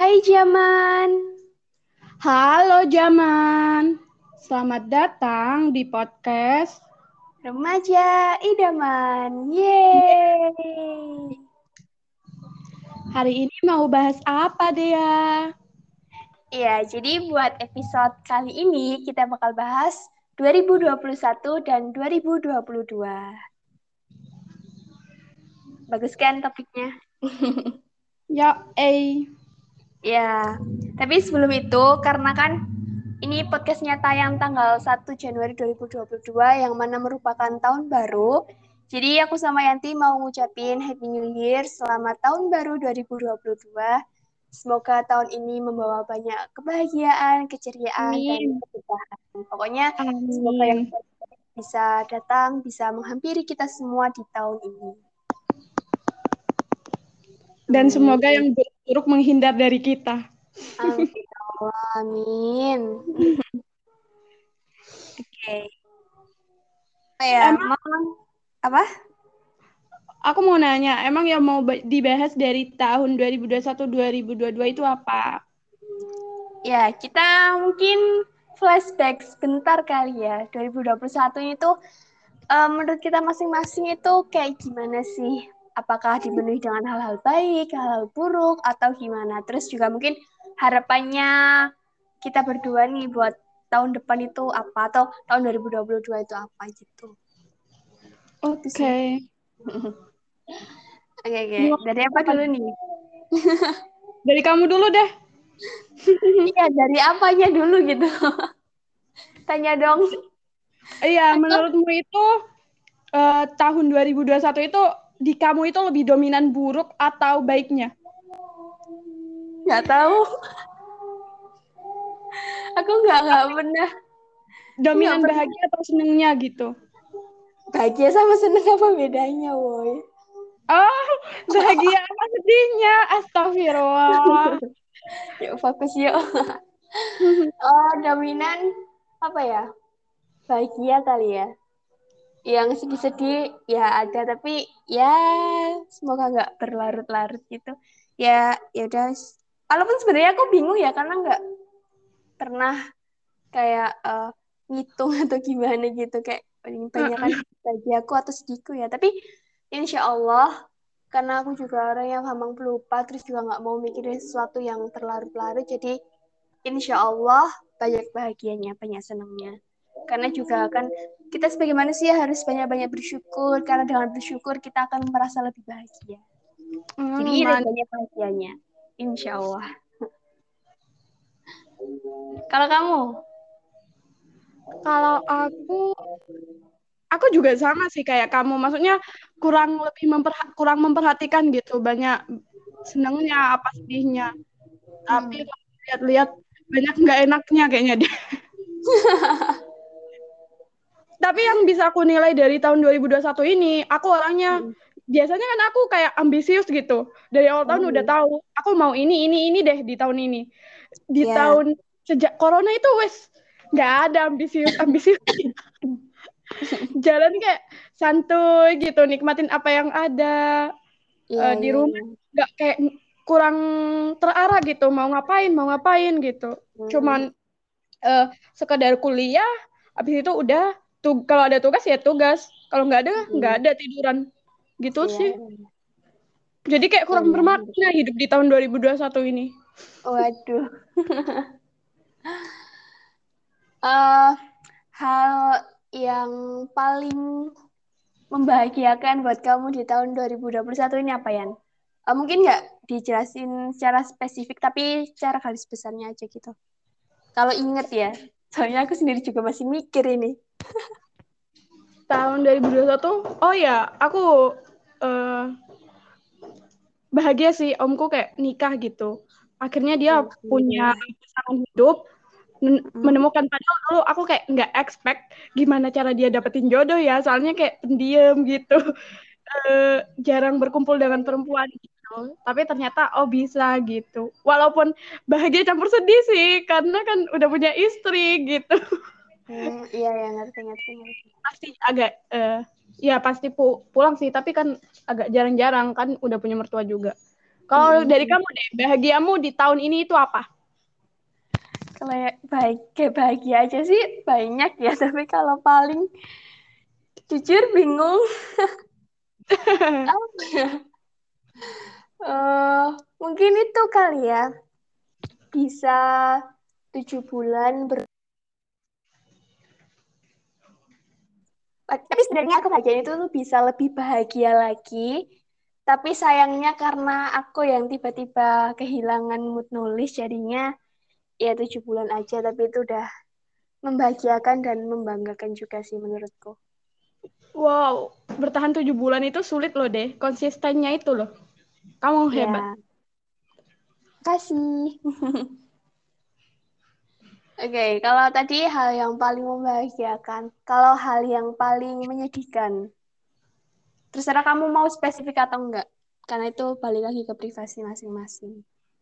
Hai Jaman, Halo Jaman, selamat datang di podcast. remaja idaman. Yeay. Hari ini mau bahas apa Dea? Ya, jadi buat episode kali ini kita bakal bahas 2021 dan 2022. Bagus kan topiknya? Ya, Ya, tapi sebelum itu karena kan ini podcastnya tayang tanggal 1 Januari 2022 yang mana merupakan tahun baru. Jadi aku sama Yanti mau ngucapin Happy New Year, selamat tahun baru 2022. Semoga tahun ini membawa banyak kebahagiaan, keceriaan, dan amin, keberkahan. Pokoknya semoga yang amin. bisa datang, bisa menghampiri kita semua di tahun ini. Dan semoga Amin. yang buruk-buruk menghindar dari kita. Amin. Amin. Oke. Oh ya, Emang mau apa? aku mau nanya, emang yang mau dibahas dari tahun 2021 2022 itu apa? Ya, kita mungkin flashback sebentar kali ya. 2021 itu menurut kita masing-masing itu kayak gimana sih? Apakah dipenuhi dengan hal-hal baik, hal-hal buruk, atau gimana? Terus juga mungkin harapannya kita berdua nih buat tahun depan itu apa? Atau tahun 2022 itu apa gitu. Itu sih. Oke. Oke, oke. Mau Dari apa apa? dulu nih? Dari kamu dulu deh. Iya, dari apanya dulu gitu. Tanya dong. Iya, Atau menurutmu itu tahun 2021 itu di kamu itu lebih dominan buruk atau baiknya? nggak tahu. Aku nggak pernah. Nggak Dominan pernah. bahagia atau senengnya gitu? Bahagia sama seneng apa bedanya, woi? Oh, bahagia apa sedihnya? Astagfirullah. Yuk fokus yuk. Oh, dominan apa ya? Bahagia kali ya. Yang sedih-sedih ya ada, tapi ya semoga nggak berlarut-larut gitu. Ya, ya udah. Walaupun sebenarnya aku bingung ya karena nggak pernah kayak ngitung atau gimana gitu kayak paling banyak kan bagi aku atau sedihku ya. Tapi insya Allah karena aku juga orang yang gampang pelupa terus juga nggak mau mikirin sesuatu yang terlarut-larut jadi insya Allah banyak bahagianya banyak senangnya karena juga kan kita sebagai manusia harus banyak-banyak bersyukur karena dengan bersyukur kita akan merasa lebih bahagia jadi ada Man, banyak bahagianya insya Allah. Kalau kamu? kalau aku juga sama sih kayak kamu. Maksudnya kurang memperhatikan gitu. Banyak senengnya apa sedihnya. Tapi Mm-mm. kalau lihat-lihat banyak nggak enaknya kayaknya deh. Tapi yang bisa aku nilai dari tahun 2021 ini, aku orangnya Mm-mm. biasanya kan aku kayak ambisius gitu. Dari awal tahun udah Mm. tahu, aku mau ini deh di tahun ini. Di Ya. tahun sejak corona itu wes nggak ada ambisius jalan kayak santuy gitu, nikmatin apa yang ada. Iya, Di iya, rumah iya. nggak kayak kurang terarah gitu, mau ngapain gitu. Cuman Mm. eh, sekedar kuliah, habis itu udah kalau ada tugas ya tugas, kalau nggak Mm. ada tiduran gitu Iya, sih. iya. Jadi kayak Iya, kurang iya. bermakna hidup di tahun 2021 ini. Waduh. eh Hal yang paling membahagiakan buat kamu di tahun 2021 ini apa, Yan? Mungkin nggak dijelasin secara spesifik, tapi secara garis besarnya aja gitu. Kalau inget ya, soalnya aku sendiri juga masih mikir ini. Tahun 2021, oh ya, aku eh, bahagia sih, omku kayak nikah gitu. Akhirnya dia punya Alhamdulillah. pasangan hidup, Mm. menemukan, padahal dulu aku kayak nggak expect gimana cara dia dapetin jodoh ya, soalnya kayak pendiam gitu. Jarang berkumpul dengan perempuan gitu. Tapi ternyata oh bisa gitu. Walaupun bahagia campur sedih sih, karena kan udah punya istri gitu. Iya, ya, ngerti, ngerti, ngerti. Pasti agak ya pasti pulang sih, tapi kan agak jarang-jarang kan udah punya mertua juga. Kalau dari kamu deh, bahagiamu di tahun ini itu apa? Kalau ya bahagia aja sih banyak ya, tapi kalau paling jujur bingung. Apa ya? Mungkin itu kali ya, bisa 7 bulan tapi sebenarnya kebahagiaan itu tuh bisa lebih bahagia lagi. Tapi sayangnya karena aku yang tiba-tiba kehilangan mood nulis, jadinya ya 7 bulan aja. Tapi itu udah membahagiakan dan membanggakan juga sih menurutku. Wow, bertahan 7 bulan itu sulit loh deh. Konsistennya itu loh. Kamu hebat. Ya, kasih. Oke, kalau tadi hal yang paling membahagiakan, kalau hal yang paling menyedihkan, terserah kamu mau spesifik atau enggak, karena itu balik lagi ke privasi masing-masing.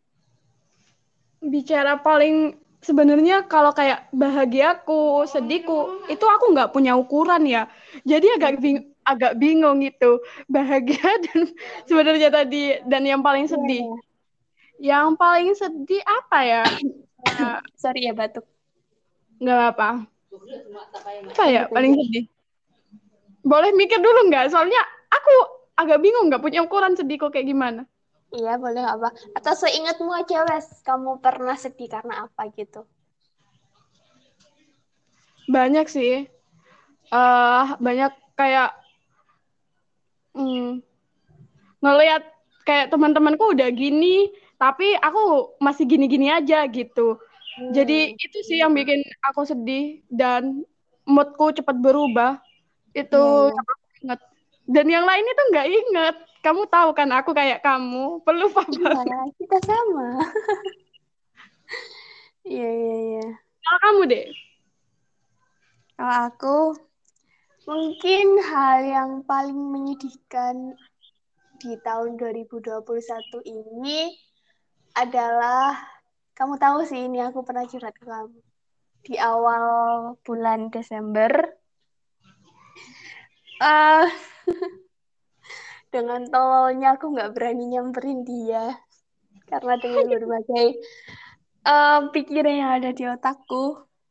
Bicara paling sebenarnya kalau kayak bahagiaku, sedihku, itu aku nggak punya ukuran ya. Jadi agak bingung gitu. Bahagia dan sebenarnya tadi dan yang paling Iya, sedih. ya. Yang paling sedih apa ya? Sorry ya batuk. Nggak apa. Apa ya Lanjut paling aja. sedih? Boleh mikir dulu nggak? Soalnya aku agak bingung nggak punya ukuran sedihku kayak gimana. Iya, boleh nggak apa. Atau seingatmu aja, Wes, kamu pernah sedih karena apa gitu. Banyak sih. Banyak kayak hmm, ngelihat kayak teman-temanku udah gini, tapi aku masih gini-gini aja gitu. Jadi Hmm, itu sih yang bikin aku sedih dan moodku cepat berubah. Itu iya, iya. yang aku inget. Dan yang lain itu nggak inget. Kamu tahu kan aku kayak kamu, pelupa Iya, banget. kita sama. Iya, iya, iya. Kalau kamu deh, Kalau aku, mungkin hal yang paling menyedihkan di tahun 2021 ini adalah, kamu tahu sih ini aku pernah curhat ke kamu. Di awal bulan Desember, eh dengan tololnya aku nggak berani nyamperin dia. Karena dengan berbagai pikiran yang ada di otakku.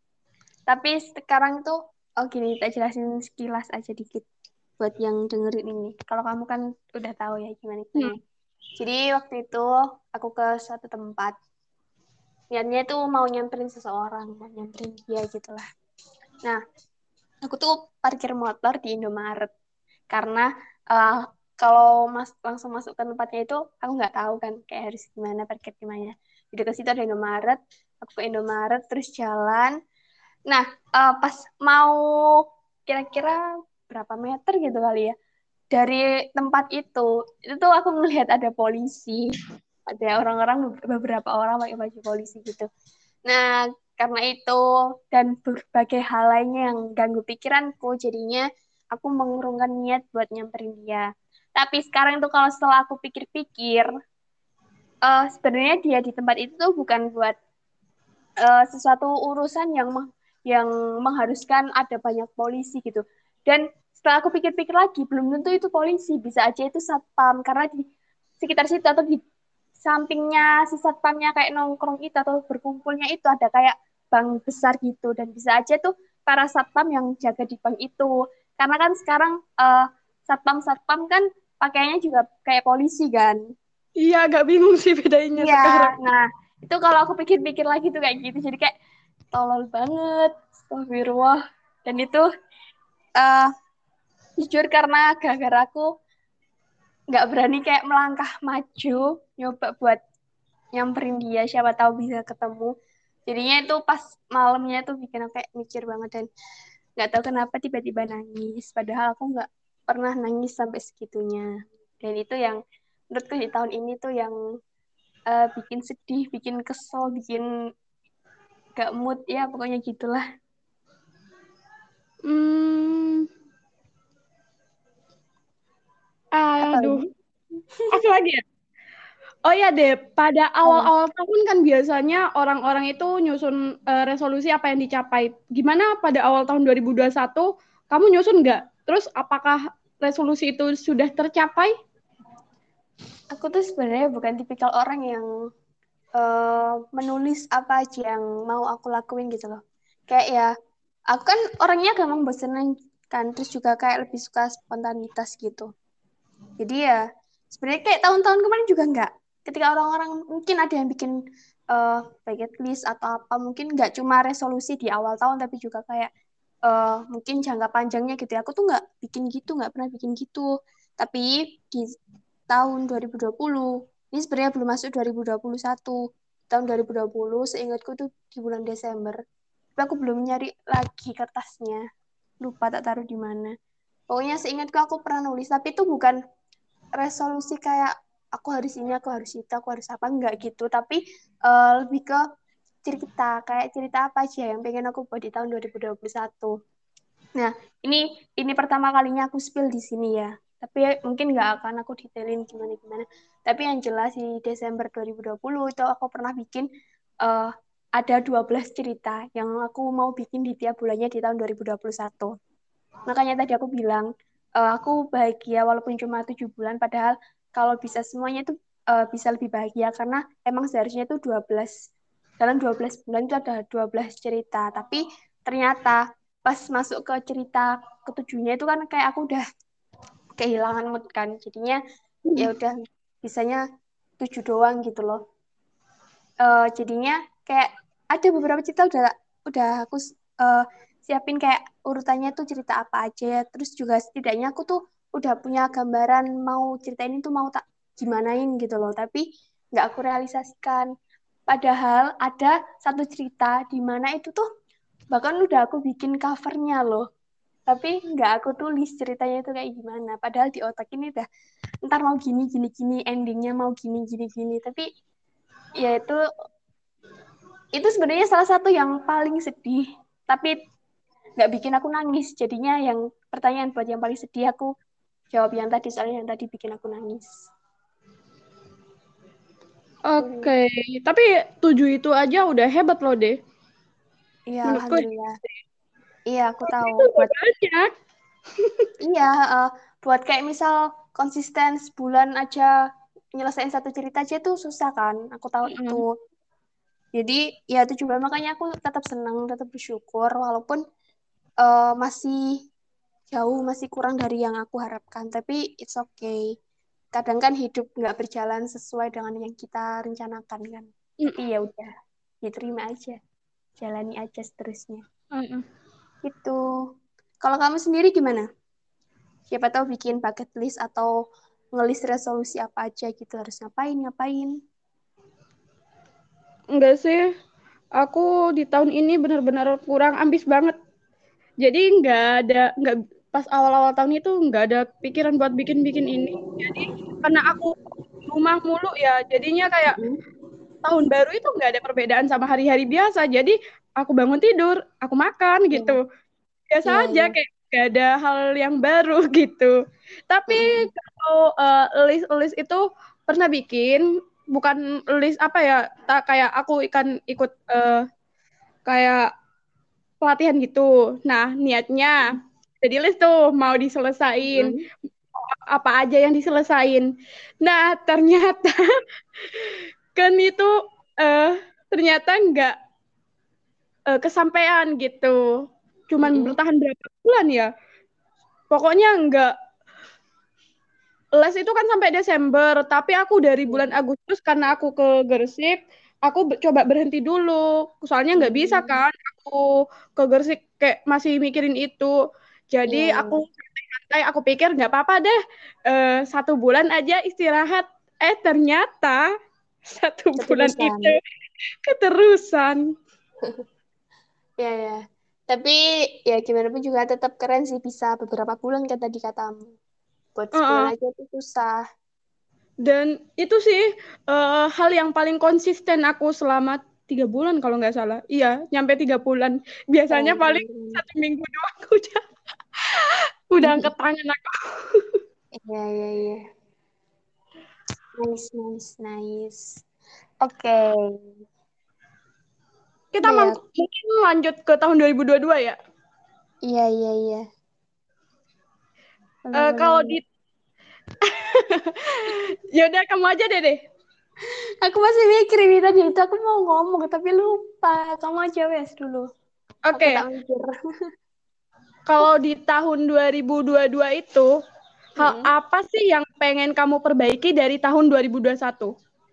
Tapi sekarang tuh, oh gini, tak jelasin sekilas aja dikit buat yang dengerin ini. Kalau kamu kan udah tahu ya gimana hmm. gimana. Jadi waktu itu aku ke suatu tempat, niatnya tuh mau nyamperin seseorang, mau nyamperin dia gitu lah. Nah, aku tuh parkir motor di Indomaret karena eh, kalau langsung masuk ke tempatnya itu aku nggak tahu kan kayak harus gimana parkir gimana. Di dekat situ ada Indomaret, aku ke Indomaret terus jalan. Nah, pas mau kira-kira berapa meter gitu kali ya dari tempat itu tuh aku melihat ada polisi, ada orang-orang, beberapa orang pakai baju polisi gitu. Nah, karena itu dan berbagai hal lainnya yang ganggu pikiranku, jadinya aku mengurungkan niat buat nyamperin dia. Tapi sekarang tuh kalau setelah aku pikir-pikir, sebenarnya dia di tempat itu tuh bukan buat sesuatu urusan yang mengharuskan ada banyak polisi gitu. Dan setelah aku pikir-pikir lagi, belum tentu itu polisi, bisa aja itu satpam karena di sekitar situ atau di sampingnya si satpamnya kayak nongkrong itu atau berkumpulnya itu ada kayak bank besar gitu dan bisa aja tuh para satpam yang jaga di bank itu. Karena kan sekarang satpam-satpam kan pakaiannya juga kayak polisi kan. Iya agak bingung sih bedanya Iya, sekarang. nah itu kalau aku pikir-pikir lagi tuh kayak gitu. Jadi kayak tolol banget, astagfirullah. Dan itu eh jujur karena gara-gara aku nggak berani kayak melangkah maju, nyoba buat nyamperin dia, siapa tahu bisa ketemu. Jadinya itu pas malamnya tuh bikin aku kayak mikir banget dan nggak tahu kenapa tiba-tiba nangis. Padahal aku nggak pernah nangis sampai segitunya. Dan itu yang menurutku di tahun ini tuh yang bikin sedih, bikin kesel, bikin gak mood ya pokoknya gitulah. Hmm, aduh, Apalagi? apa lagi ya? Oh ya deh, pada Oh, awal-awal tahun kan biasanya orang-orang itu nyusun resolusi apa yang dicapai. Gimana pada awal tahun 2021, kamu nyusun nggak? Terus apakah resolusi itu sudah tercapai? Aku tuh sebenarnya bukan tipikal orang yang menulis apa aja yang mau aku lakuin gitu loh. Kayak ya, aku kan orangnya gampang bosenan kan, terus juga kayak lebih suka spontanitas gitu. Jadi ya, sebenarnya kayak tahun-tahun kemarin juga enggak. Ketika orang-orang mungkin ada yang bikin bucket list atau apa, mungkin nggak cuma resolusi di awal tahun, tapi juga kayak mungkin jangka panjangnya gitu ya. Aku tuh nggak bikin gitu, nggak pernah bikin gitu. Tapi di tahun 2020, ini sebenarnya belum masuk 2021. Tahun 2020, seingatku tuh di bulan Desember. Tapi aku belum nyari lagi kertasnya. Lupa tak taruh di mana. Pokoknya seingatku aku pernah nulis, tapi itu bukan resolusi kayak aku harus ini, aku harus itu, aku harus apa, enggak gitu. Tapi lebih ke cerita, kayak cerita apa aja yang pengen aku buat di tahun 2021. Nah, ini pertama kalinya aku spill di sini ya. Tapi mungkin nggak akan aku detailin gimana-gimana. Tapi yang jelas di Desember 2020 itu aku pernah bikin eh, ada 12 cerita yang aku mau bikin di tiap bulannya di tahun 2021. Makanya tadi aku bilang, aku bahagia walaupun cuma 7 bulan, padahal kalau bisa semuanya itu bisa lebih bahagia, karena emang seharusnya itu 12, dalam 12 bulan itu ada 12 cerita. Tapi ternyata pas masuk ke cerita ketujuhnya itu kan kayak aku udah kehilangan mood kan. Jadinya ya udah bisanya 7 doang gitu loh. Jadinya kayak ada beberapa cerita udah aku eh, siapin kayak urutannya tuh cerita apa aja ya. Terus juga setidaknya aku tuh udah punya gambaran mau cerita ini tuh mau tak gimanain gitu loh, tapi nggak aku realisasikan. Padahal ada satu cerita di mana itu tuh bahkan udah aku bikin covernya loh, tapi nggak aku tulis ceritanya itu kayak gimana. Padahal di otak ini udah ntar mau gini gini gini, endingnya mau gini gini gini, tapi ya itu sebenarnya salah satu yang paling sedih, tapi nggak bikin aku nangis. Jadinya yang pertanyaan buat yang paling sedih aku jawab yang tadi, soalnya yang tadi bikin aku nangis. Oke, tapi 7 itu aja udah hebat loh deh. Iya, Menurutku alhamdulillah. Iya, aku tahu. itu udah Buat banyak. iya, buat kayak misal konsisten sebulan aja nyelesain satu cerita aja tuh susah kan. Aku tahu itu. Mm-mm. Jadi ya itu juga makanya aku tetap senang, tetap bersyukur walaupun masih jauh, masih kurang dari yang aku harapkan. Tapi it's okay. Kadang kan hidup nggak berjalan sesuai dengan yang kita rencanakan kan. Tapi ya udah, diterima aja, jalani aja seterusnya. Mm-mm. Gitu. Kalau kamu sendiri gimana? Siapa tahu bikin bucket list atau ngelis resolusi apa aja gitu, harus ngapain ngapain. Enggak sih, aku di tahun ini benar-benar kurang ambis banget. Jadi nggak pas awal-awal tahun itu nggak ada pikiran buat bikin-bikin ini. Jadi karena aku di rumah mulu ya, jadinya kayak Mm-mm. tahun baru itu nggak ada perbedaan sama hari-hari biasa. Jadi aku bangun tidur, aku makan gitu. Iya, Biasa iya, aja iya. kayak gak ada hal yang baru gitu. Tapi Mm-mm. kalau list-list itu pernah bikin, bukan list apa ya, tak kayak aku ikut kayak pelatihan gitu. Nah, niatnya jadi list tuh mau diselesain Mm-mm. apa aja yang diselesain. Nah, ternyata kan itu eh ternyata nggak kesampaian gitu. Cuman Mm-mm. bertahan berapa bulan ya? Pokoknya nggak les itu kan sampai Desember, tapi aku dari Iya. bulan Agustus karena aku ke Gresik, aku coba berhenti dulu. Soalnya nggak bisa Hmm. kan, aku ke Gresik kayak masih mikirin itu. Jadi Iya, iya, aku iya. santai, aku pikir nggak apa-apa deh, 1 bulan aja istirahat. Ternyata 1 bulan Keterusan. itu keterusan. Ya, ya. Tapi ya gimana pun juga tetap keren sih bisa beberapa bulan kan tadi katamu. Buat sebulan Uh-uh. aja itu susah. Dan itu sih hal yang paling konsisten aku selama 3 bulan kalau nggak salah. Iya, nyampe 3 bulan. Biasanya Keren, paling keren, keren. 1 minggu doang udah angkat tangan aku. Iya, iya, iya. Nice, nice, nice. Oke. Kita Udah ya. mungkin lanjut ke tahun 2022 ya. Iya, iya, iya. Boleh, Eh, boleh, kalau di boleh. Yaudah, kamu aja deh. Aku masih mikir ini tadi itu aku mau ngomong tapi lupa. Kamu aja wes dulu. Aku Oke, tak mikir. kalau di tahun 2022 itu, hal Mm-mm. apa sih yang pengen kamu perbaiki dari tahun 2021?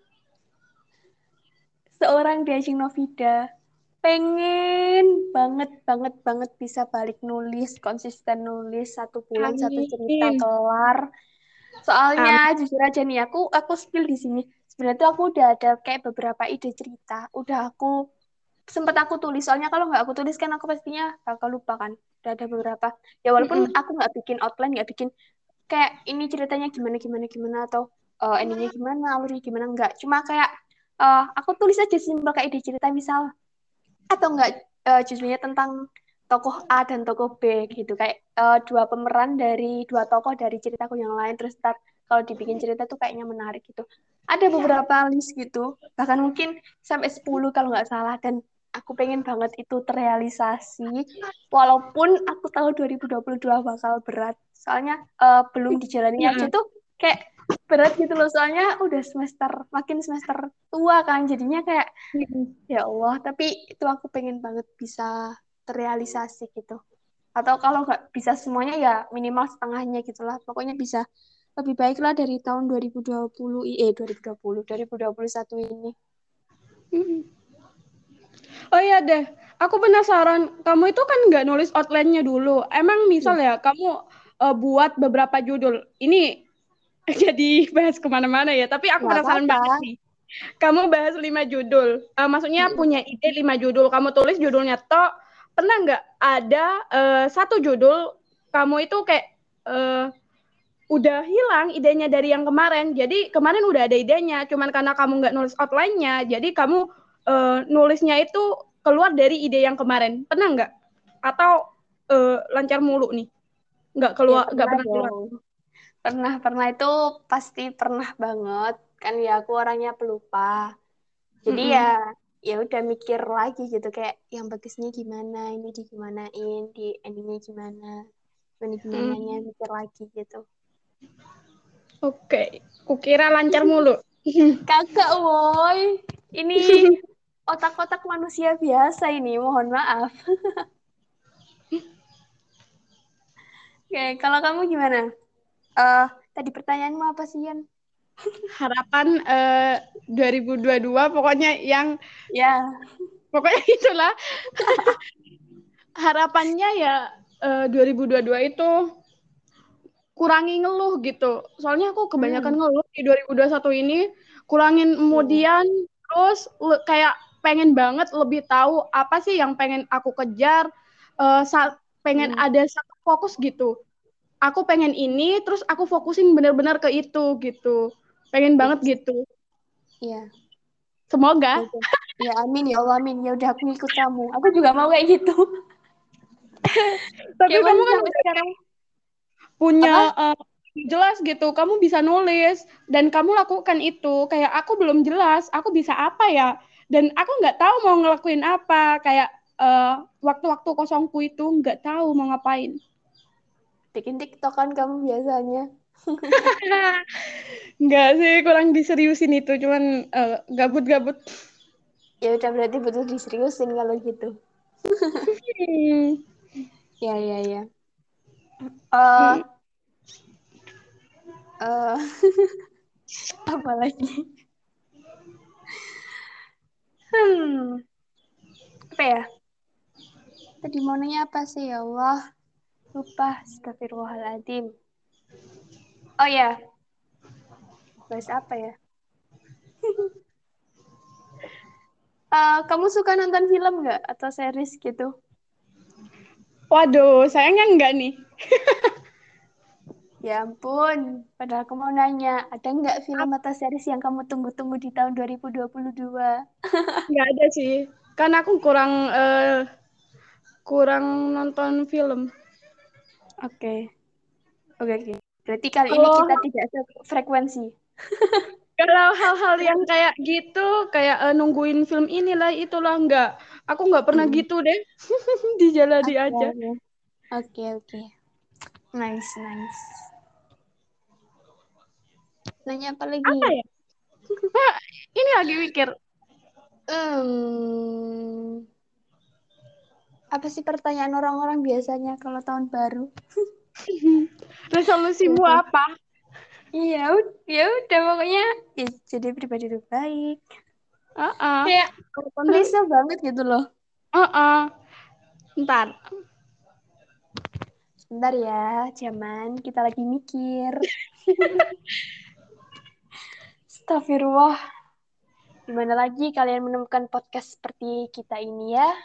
Seorang Diajeng Novida pengen banget banget banget bisa balik nulis, konsisten nulis 1 bulan 1 cerita Amin. kelar. Soalnya Amin. jujur aja nih aku spill di sini. Sebenarnya tuh aku udah ada kayak beberapa ide cerita. Udah sempat aku tulis. Soalnya kalau nggak aku tulis kan aku pastinya bakal lupa kan. Udah ada beberapa. Ya walaupun Mm-mm. aku nggak bikin outline, nggak bikin kayak ini ceritanya gimana gimana gimana atau endingnya gimana, alurnya gimana enggak. Cuma kayak aku tulis aja simpel kayak ide cerita misal atau enggak judulnya tentang tokoh A dan tokoh B gitu kayak dua pemeran dari dua tokoh dari ceritaku yang lain terus ntar kalau dibikin cerita tuh kayaknya menarik gitu ada beberapa list gitu bahkan mungkin sampai 10 kalau nggak salah dan aku pengen banget itu terrealisasi walaupun aku tahu 2022 bakal berat soalnya belum dijalani aja Mm-mm. tuh kayak berat gitu loh soalnya udah makin semester tua kan jadinya kayak Mm-mm. ya Allah, tapi itu aku pengen banget bisa terrealisasi gitu. Atau kalau nggak bisa semuanya ya minimal setengahnya gitulah. Pokoknya bisa lebih baik lah dari tahun 2020, 2021 ini. Mm-mm. Oh iya deh, aku penasaran. Kamu itu kan nggak nulis outline-nya dulu. Emang Iya, misal ya, kamu buat beberapa judul. Ini jadi bahas kemana-mana ya. Tapi aku nggak penasaran apa-apa. banget nih. Kamu bahas 5 judul. Maksudnya Mm-mm. punya ide 5 judul. Kamu tulis judulnya toh. Pernah nggak ada satu judul kamu itu kayak eh, udah hilang idenya dari yang kemarin. Jadi kemarin udah ada idenya, cuman karena kamu nggak nulis outline-nya, jadi kamu nulisnya itu keluar dari ide yang kemarin. Pernah nggak? Atau lancar mulu nih? Nggak Ya keluar, nggak pernah pernah keluar. dong. Pernah itu pasti pernah banget. Kan ya aku orangnya pelupa. Jadi ya Mm-mm. ya udah mikir lagi gitu kayak yang bagusnya gimana, ini di gimanain, di endingnya gimana, gimana gimananya Mm. mikir lagi gitu. Oke, kukira lancar mulu. Kakak, woi. Ini otak-otak manusia biasa ini, mohon maaf. Oke, kalau kamu gimana? Eh, tadi pertanyaanmu apa sih, Yan? Harapan 2022 pokoknya yang Ya, pokoknya itulah harapannya ya 2022 itu kurangi ngeluh gitu. Soalnya aku kebanyakan hmm, ngeluh di 2021 ini, kurangin ya, kemudian terus kayak pengen banget lebih tahu apa sih yang pengen aku kejar, pengen hmm, ada satu fokus gitu. Aku pengen ini, terus aku fokusin benar-benar ke itu gitu. Pengen banget fix. gitu. Iya, ya Semoga. udah. Ya, amin ya Allah, amin. Ya udah aku ngikut kamu. Aku juga mau kayak gitu. Tapi Kayak kamu masih kan sampai udah sekarang. punya Apa? jelas gitu, kamu bisa nulis dan kamu lakukan itu. Kayak aku belum jelas, aku bisa apa ya? Dan aku nggak tahu mau ngelakuin apa. Kayak waktu-waktu kosongku itu nggak tahu mau ngapain. Bikin TikTok kan kamu biasanya. Nggak sih, kurang diseriusin itu, cuman gabut-gabut. Ya udah berarti betul diseriusin kalau gitu. Hmm. Ya, ya, ya. Eh, Hmm. eh, apa lagi? Hmm, apa ya? Tadi mau nanya apa sih ya Allah? Lupa, astagfirullahaladzim. Oh ya, bahas apa ya? Kamu suka nonton film nggak? Atau series gitu? Waduh, sayangnya enggak nih. Ya ampun, padahal aku mau nanya, ada nggak film atau series yang kamu tunggu-tunggu di tahun 2022? Nggak ada sih. Kan aku kurang kurang nonton film. Oke, oke, oke. Berarti kali ini Kalau kita tidak sefrekuensi. Kalau hal-hal yang kayak gitu, kayak nungguin film inilah itulah enggak. Aku nggak pernah Hmm. gitu deh. Dijalani Oke, aja. oke. Oke, oke. Nice, nice. Nanya apa lagi? Apa ya? Nah, ini lagi mikir. Apa sih pertanyaan orang-orang biasanya kalau tahun baru? Resolusimu Biasa. apa? Iya, ya udah pokoknya ya, jadi pribadi lebih baik. Heeh. Kayak Untuk klise banget gitu loh. heeh. Ntar. Sebentar ya, zaman kita lagi mikir. Astagfirullah. Gimana lagi kalian menemukan podcast seperti kita ini ya?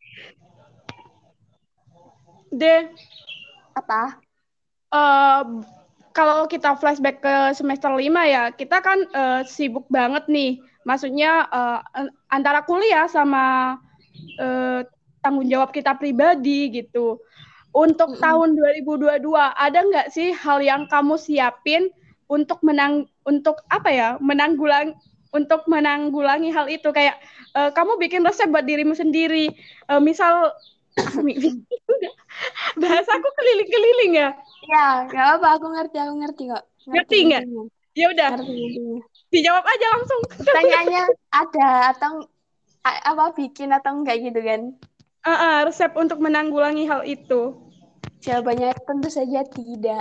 Deh, Apa? eh, kalau kita flashback ke semester 5 ya, kita kan sibuk banget nih. Maksudnya antara kuliah sama tanggung jawab kita pribadi gitu. Untuk Mm-mm. tahun 2022, ada nggak sih hal yang kamu siapin untuk untuk apa ya, untuk menanggulangi hal itu kayak kamu bikin resep buat dirimu sendiri. Misal aku bahasa aku keliling-keliling ya. Ya, nggak apa, aku ngerti kok. Ngerti Ngerti nggak? intinya. Ya udah, Ngerti intinya. dijawab aja langsung. Pertanyaannya ada atau apa bikin atau enggak gitu kan? Resep untuk menanggulangi hal itu. Jawabannya tentu saja tidak.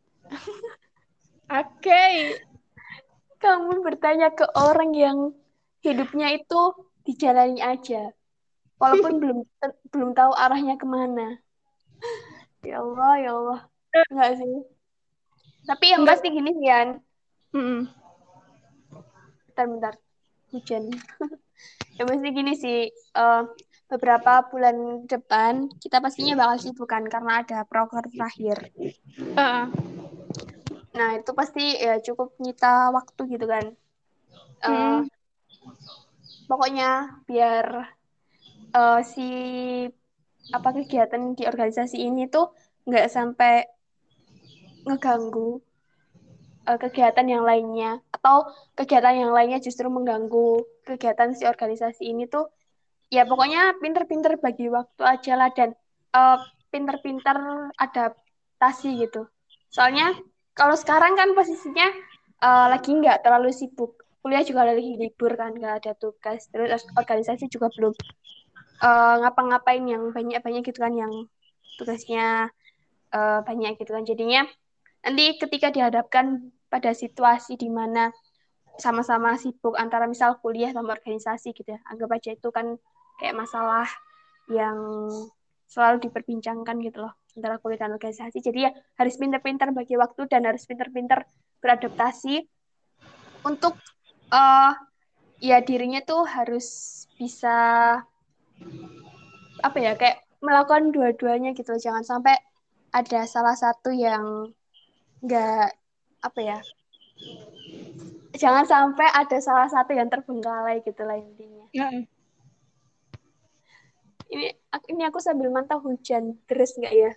Oke. Kamu bertanya ke orang yang hidupnya itu dijalani aja, walaupun belum tahu arahnya kemana. Ya Allah, ya Allah. Enggak sih. Tapi yang Enggak. pasti gini sih, Yan. Mm-mm. Bentar-bentar. Hujan. Yang pasti gini sih. Beberapa bulan depan kita pastinya bakal sibuk kan karena ada proker terakhir. Uh, Nah, itu pasti ya cukup nyita waktu gitu kan. Eh, mm-mm. pokoknya biar si apa kegiatan di organisasi ini tuh nggak sampai ngeganggu kegiatan yang lainnya atau kegiatan yang lainnya justru mengganggu kegiatan si organisasi ini tuh ya pokoknya pinter-pinter bagi waktu aja lah dan eh, pinter-pinter adaptasi gitu. Soalnya kalau sekarang kan posisinya lagi nggak terlalu sibuk. Kuliah juga lagi libur kan, nggak ada tugas. Terus organisasi juga belum ngapa-ngapain yang banyak-banyak gitu kan, yang tugasnya banyak gitu kan. Jadinya nanti ketika dihadapkan pada situasi di mana sama-sama sibuk antara misal kuliah sama organisasi gitu ya, anggap aja itu kan kayak masalah yang selalu diperbincangkan gitu loh antara kuliah dan organisasi. Jadi ya harus pintar-pintar bagi waktu dan harus pintar-pintar beradaptasi untuk uh, ya dirinya tuh harus bisa apa ya kayak melakukan dua-duanya gitu loh. Jangan sampai ada salah satu yang nggak apa ya, jangan sampai ada salah satu yang terbengkalai gitu lah intinya. Ya. Ini aku sambil mantau hujan terus nggak ya.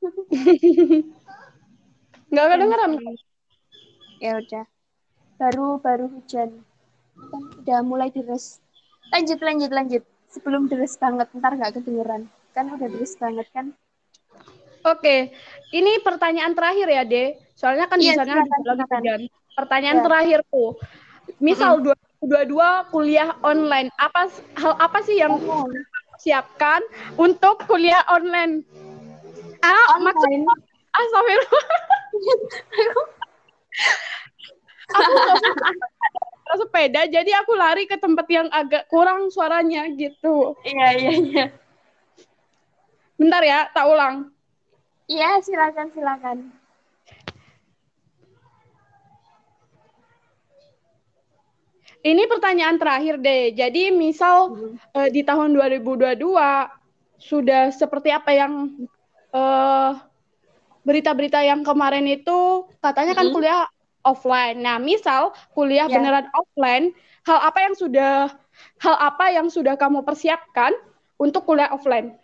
Nggak Yang kedengeran. ya udah baru baru hujan kan udah mulai deres. Lanjut sebelum deres banget ntar nggak kedengeran kan udah deres banget kan. Oke, ini pertanyaan terakhir ya, De. Soalnya kan di Iya sana silakan lagi silakan hujan. Pertanyaan ya. terakhir tuh. Mm-mm. Misal 2022 kuliah online, hal apa sih yang Oh, siapkan untuk kuliah online? online. Maksudnya, astagfirullah, aku nggak sepeda, jadi aku lari ke tempat yang agak kurang suaranya gitu. Iya iya iya. Bentar ya, tak ulang. Iya silakan silakan. Ini pertanyaan terakhir deh. Jadi misal di tahun 2022 sudah seperti apa yang eh, berita-berita yang kemarin itu katanya kan Mm-mm. kuliah offline. Nah, misal kuliah Ya beneran offline, hal apa yang sudah hal apa yang sudah kamu persiapkan untuk kuliah offline?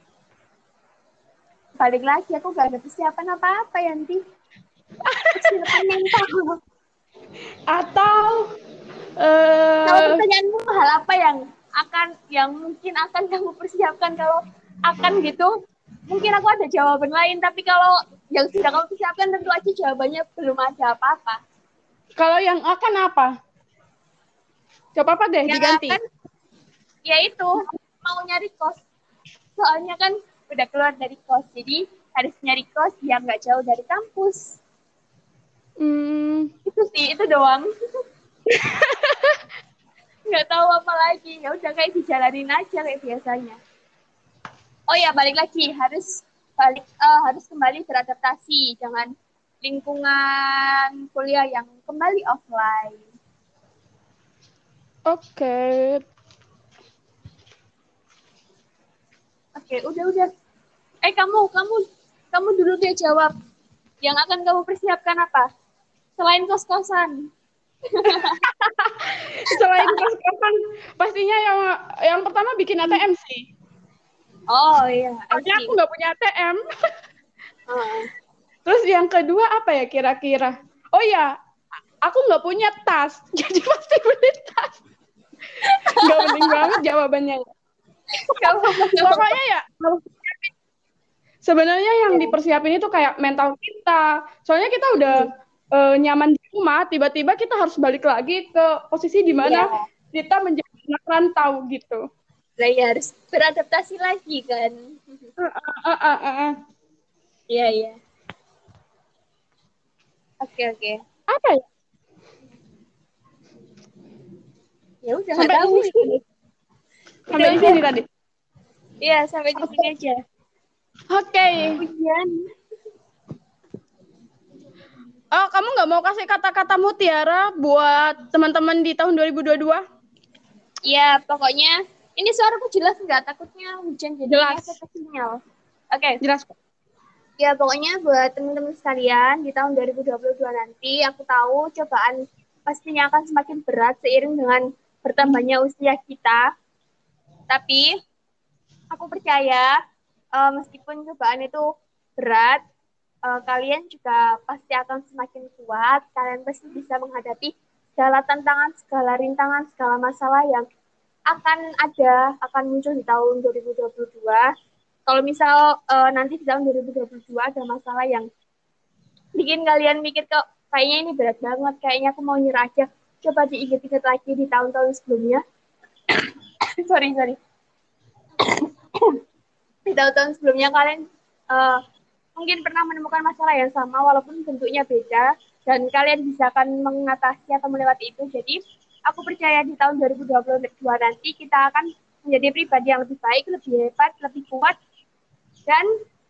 balik lagi aku gak ada persiapan apa-apa Yanti. Persiapan mental. Atau Kalau eh pertanyaanmu hal apa yang mungkin akan kamu persiapkan kalau akan gitu, mungkin aku ada jawaban lain. Tapi kalau yang sudah kamu persiapkan tentu aja jawabannya belum ada apa-apa. Kalau yang akan apa? Coba apa deh Yang diganti. akan ya itu mau nyari kos. Soalnya kan udah keluar dari kos, jadi harus nyari kos yang nggak jauh dari kampus. Itu sih, itu doang. Nggak tahu apa lagi. Ya udah kayak dijalanin aja kayak biasanya. Oh ya, balik lagi harus kembali beradaptasi, jangan lingkungan kuliah yang kembali offline. Oke. Oke, udah. Kamu dulu deh jawab. Yang akan kamu persiapkan apa? Selain kos-kosan. Selain kos-kosan, pastinya yang pertama bikin ATM sih. Oh iya, I Soalnya aku see. nggak punya ATM. Uh, Terus yang kedua apa ya kira-kira? Oh ya, aku nggak punya tas, jadi pasti beli tas. Nggak penting banget jawabannya. Pokoknya ya, sebenarnya yang dipersiapin itu kayak mental kita. Soalnya kita udah nyaman di rumah, tiba-tiba kita harus balik lagi ke posisi di Iya, mana kita menjadi anak rantau gitu. lah ya harus beradaptasi lagi kan. Iya, iya. Oke. Apa ya? Ya udah nggak Sampai di tahu. sini. Sampai di Udah. sini tadi. Iya, sampai di sini aja. Oke. Ujian. Oh, kamu nggak mau kasih kata-kata mutiara buat teman-teman di tahun 2022? Iya, pokoknya ini suaraku jelas nggak? Takutnya hujan jadi Jelas. efek sinyal. Oke. Jelas. Ya, pokoknya buat teman-teman sekalian di tahun 2022 nanti, aku tahu cobaan pastinya akan semakin berat seiring dengan bertambahnya usia kita. Tapi aku percaya meskipun cobaan itu berat, kalian juga pasti akan semakin kuat. Kalian pasti bisa menghadapi segala tantangan, segala rintangan, segala masalah yang akan muncul di tahun 2022. Kalau misal nanti di tahun 2022 ada masalah yang bikin kalian mikir kok kayaknya ini berat banget, kayaknya aku mau nyerah aja. Coba diingat-ingat lagi di tahun-tahun sebelumnya. sorry. Di tahun-tahun sebelumnya kalian mungkin pernah menemukan masalah yang sama walaupun bentuknya beda dan kalian bisa akan mengatasi atau melewati itu. Jadi aku percaya di tahun 2022 nanti kita akan menjadi pribadi yang lebih baik, lebih hebat, lebih kuat dan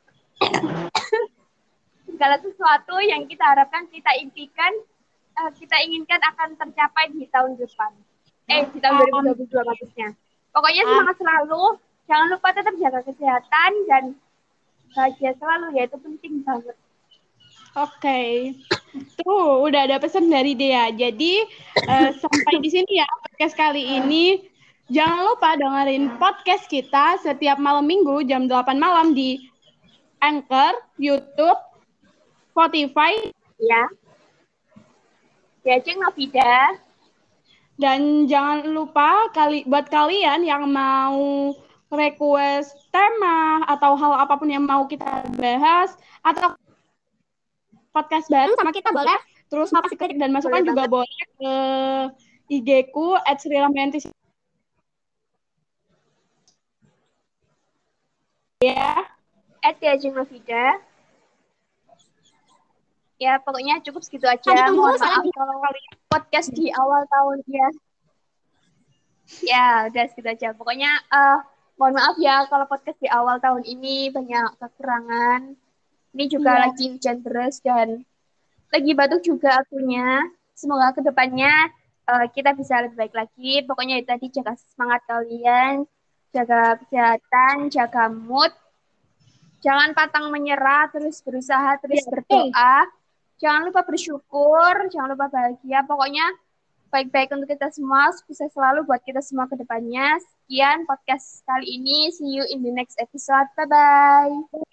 segala sesuatu yang kita harapkan, kita impikan, kita inginkan akan tercapai di tahun depan. Di tahun 2022 maksudnya. Pokoknya semangat selalu. Jangan lupa tetap jaga kesehatan dan bahagia selalu ya, itu penting banget. Oke. Tuh, udah ada pesan dari Dea. Jadi, sampai di sini ya podcast kali ini. Jangan lupa dengerin podcast kita setiap malam minggu jam 8 malam di Anchor, YouTube, Spotify. Ya. Ya, Ceng Novida. Dan jangan lupa buat kalian yang mau request tema atau hal apapun yang mau kita bahas atau podcast baru sama kita boleh terus kasih kritik dan masukan juga boleh ke IG-ku @sriramyanti ya. Ceng Novida. Ya, pokoknya cukup segitu aja. Mohon maaf kalau podcast di awal tahun ya. Ya, udah segitu aja. Pokoknya mohon maaf ya kalau podcast di awal tahun ini banyak kekurangan. Ini juga lagi hujan deras dan lagi batuk juga akunya. Semoga kedepannya kita bisa lebih baik lagi. Pokoknya itu tadi, jaga semangat kalian, jaga kesehatan, jaga mood. Jangan pantang menyerah, terus berusaha, terus berdoa. Jangan lupa bersyukur, jangan lupa bahagia. Pokoknya baik-baik untuk kita semua, sukses selalu buat kita semua ke depannya. Sekian podcast kali ini. See you in the next episode. Bye-bye.